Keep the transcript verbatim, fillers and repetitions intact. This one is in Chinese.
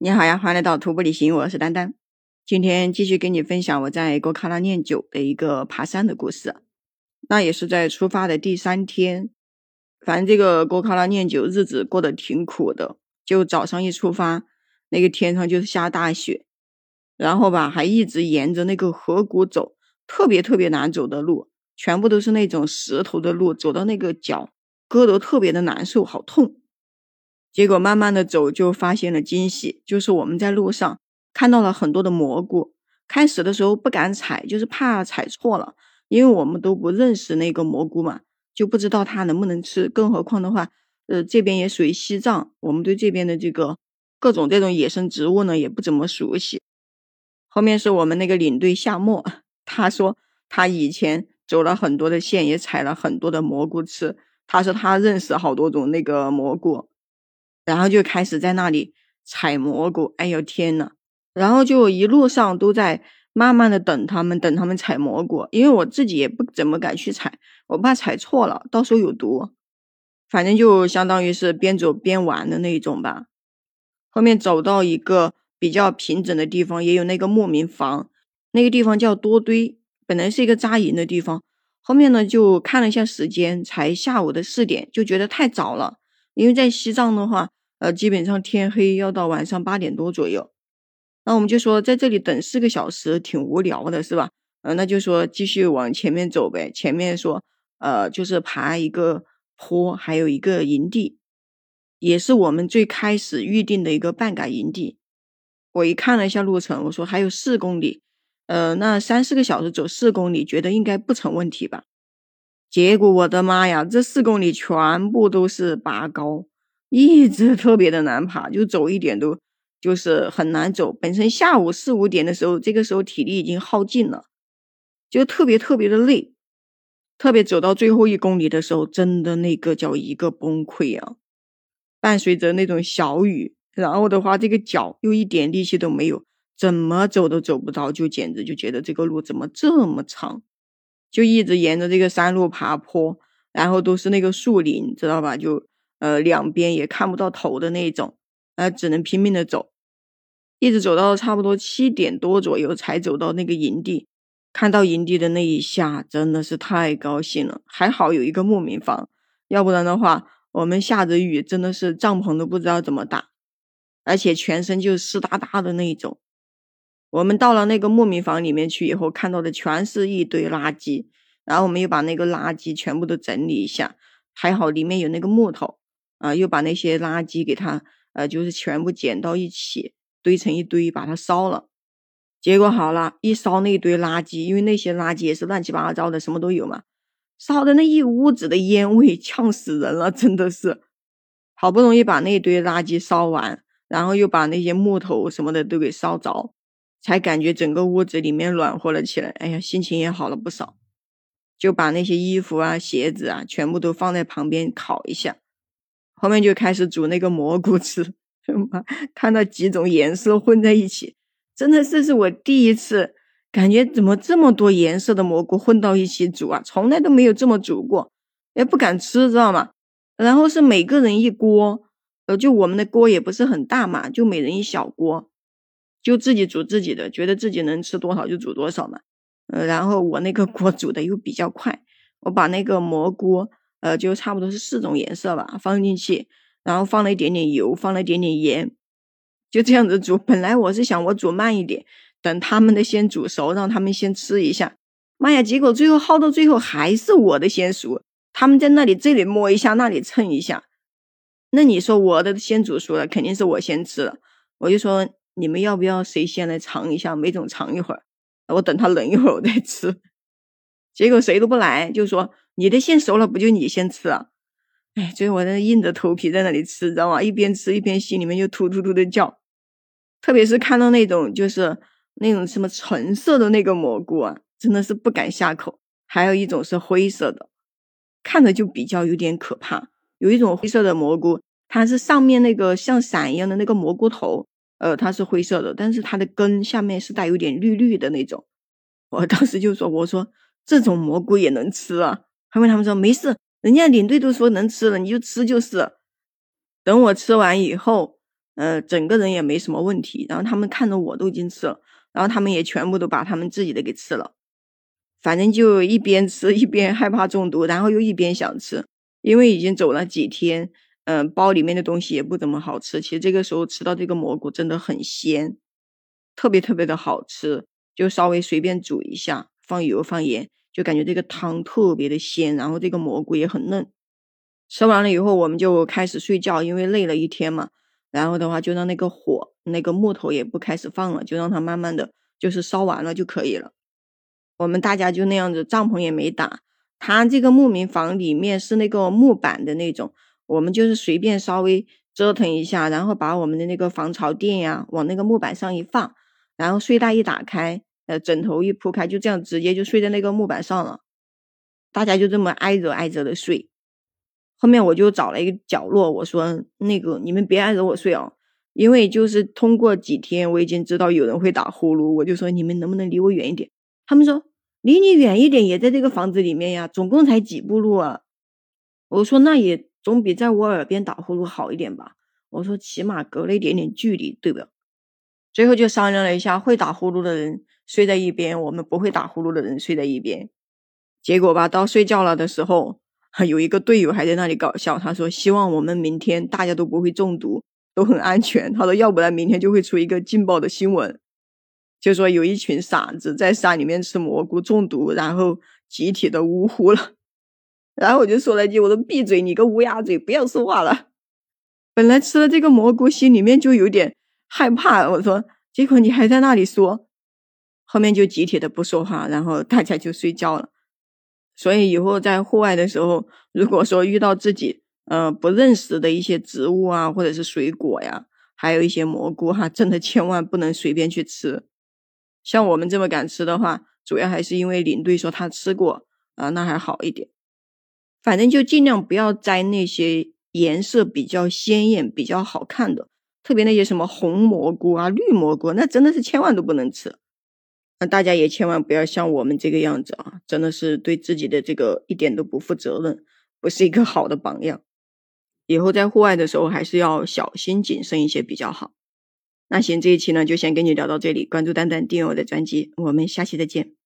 你好呀，欢迎来到徒步旅行，我是丹丹。今天继续跟你分享我在果卡拉念九的一个爬山的故事。那也是在出发的第三天，反正这个果卡拉念九日子过得挺苦的。就早上一出发，那个天上就是下大雪，然后吧还一直沿着那个河谷走，特别特别难走的路，全部都是那种石头的路，走到那个脚割得特别的难受，好痛。结果慢慢的走就发现了惊喜，就是我们在路上看到了很多的蘑菇。开始的时候不敢采，就是怕采错了，因为我们都不认识那个蘑菇嘛，就不知道它能不能吃，更何况的话呃，这边也属于西藏，我们对这边的这个各种这种野生植物呢也不怎么熟悉。后面是我们那个领队夏末，他说他以前走了很多的线，也采了很多的蘑菇吃，他说他认识好多种那个蘑菇，然后就开始在那里采蘑菇，哎呦天呐，然后就一路上都在慢慢的等他们等他们采蘑菇，因为我自己也不怎么敢去采，我怕采错了到时候有毒，反正就相当于是边走边玩的那种吧。后面走到一个比较平整的地方，也有那个牧民房，那个地方叫多堆，本来是一个扎营的地方，后面呢就看了一下时间，才下午的四点，就觉得太早了，因为在西藏的话呃，基本上天黑要到晚上八点多左右。那我们就说在这里等四个小时挺无聊的是吧？呃，那就说继续往前面走呗。前面说呃，就是爬一个坡，还有一个营地，也是我们最开始预定的一个半改营地。我一看了一下路程，我说还有四公里，呃，那三四个小时走四公里，觉得应该不成问题吧。结果我的妈呀，这四公里全部都是拔高，一直特别的难爬，就走一点都就是很难走。本身下午四五点的时候，这个时候体力已经耗尽了，就特别特别的累。特别走到最后一公里的时候，真的那个叫一个崩溃啊，伴随着那种小雨，然后的话这个脚又一点力气都没有，怎么走都走不到，就简直就觉得这个路怎么这么长，就一直沿着这个山路爬坡，然后都是那个树林，知道吧，就呃两边也看不到头的那种，呃只能拼命的走，一直走到差不多七点多左右才走到那个营地。看到营地的那一下真的是太高兴了，还好有一个牧民房，要不然的话我们下着雨真的是帐篷都不知道怎么打，而且全身就湿哒哒的那一种。我们到了那个牧民房里面去以后，看到的全是一堆垃圾，然后我们又把那个垃圾全部都整理一下，还好里面有那个木头啊、呃，又把那些垃圾给它呃，就是全部捡到一起堆成一堆把它烧了。结果好了，一烧那一堆垃圾，因为那些垃圾也是乱七八糟的，什么都有嘛，烧的那一屋子的烟味，呛死人了，真的是。好不容易把那一堆垃圾烧完，然后又把那些木头什么的都给烧着，才感觉整个屋子里面暖和了起来，哎呀，心情也好了不少。就把那些衣服啊鞋子啊全部都放在旁边烤一下，后面就开始煮那个蘑菇吃看到几种颜色混在一起，真的是是我第一次感觉怎么这么多颜色的蘑菇混到一起煮啊，从来都没有这么煮过，也不敢吃知道吗？然后是每个人一锅，呃，就我们的锅也不是很大嘛，就每人一小锅，就自己煮自己的，觉得自己能吃多少就煮多少嘛。呃，然后我那个锅煮的又比较快，我把那个蘑菇呃，就差不多是四种颜色吧放进去，然后放了一点点油，放了一点点盐，就这样子煮。本来我是想我煮慢一点，等他们的先煮熟，让他们先吃一下。妈呀，结果最后耗到最后还是我的先熟，他们在那里这里摸一下那里蹭一下，那你说我的先煮熟了，肯定是我先吃了。我就说你们要不要谁先来尝一下，每种尝一会儿，我等它冷一会儿我再吃。结果谁都不来，就说你的先熟了，不就你先吃啊？哎，所以我在硬着头皮在那里吃，知道吗？一边吃一边心里面就突突突的叫。特别是看到那种就是那种什么橙色的那个蘑菇啊，真的是不敢下口。还有一种是灰色的，看着就比较有点可怕。有一种灰色的蘑菇，它是上面那个像伞一样的那个蘑菇头，呃，它是灰色的，但是它的根下面是带有点绿绿的那种。我当时就说，我说这种蘑菇也能吃啊？后面他们说没事，人家领队都说能吃了，你就吃就是。等我吃完以后， 呃，整个人也没什么问题，然后他们看着我都已经吃了，然后他们也全部都把他们自己的给吃了。反正就一边吃一边害怕中毒，然后又一边想吃，因为已经走了几天，嗯、呃，包里面的东西也不怎么好吃。其实这个时候吃到这个蘑菇真的很鲜，特别特别的好吃，就稍微随便煮一下，放油放盐，就感觉这个汤特别的鲜，然后这个蘑菇也很嫩。吃完了以后，我们就开始睡觉，因为累了一天嘛。然后的话，就让那个火，那个木头也不开始放了，就让它慢慢的就是烧完了就可以了。我们大家就那样子，帐篷也没打。它这个牧民房里面是那个木板的那种，我们就是随便稍微折腾一下，然后把我们的那个防潮垫呀往那个木板上一放，然后睡袋一打开，呃，枕头一铺开，就这样直接就睡在那个木板上了。大家就这么挨着挨着的睡。后面我就找了一个角落，我说那个你们别挨着我睡哦，因为就是通过几天我已经知道有人会打呼噜，我就说你们能不能离我远一点？他们说离你远一点也在这个房子里面呀，总共才几步路啊。我说那也总比在我耳边打呼噜好一点吧。我说起码隔了一点点距离，对吧？最后就商量了一下，会打呼噜的人睡在一边，我们不会打呼噜的人睡在一边。结果吧，到睡觉了的时候，有一个队友还在那里搞笑，他说希望我们明天大家都不会中毒，都很安全。他说要不然明天就会出一个劲爆的新闻，就说有一群傻子在山里面吃蘑菇中毒，然后集体的呜呼了。然后我就说了一句，我说闭嘴，你个乌鸦嘴，不要说话了。本来吃了这个蘑菇，心里面就有点害怕，我说结果你还在那里说。后面就集体的不说话，然后大家就睡觉了。所以以后在户外的时候，如果说遇到自己呃不认识的一些植物啊，或者是水果呀，还有一些蘑菇哈，真的千万不能随便去吃。像我们这么敢吃的话，主要还是因为领队说他吃过啊、那还好一点。反正就尽量不要摘那些颜色比较鲜艳、比较好看的，特别那些什么红蘑菇啊、绿蘑菇，那真的是千万都不能吃。那大家也千万不要像我们这个样子啊，真的是对自己的这个一点都不负责任，不是一个好的榜样。以后在户外的时候还是要小心谨慎一些比较好。那行，这一期呢就先跟你聊到这里，关注蛋蛋，订阅我的专辑，我们下期再见。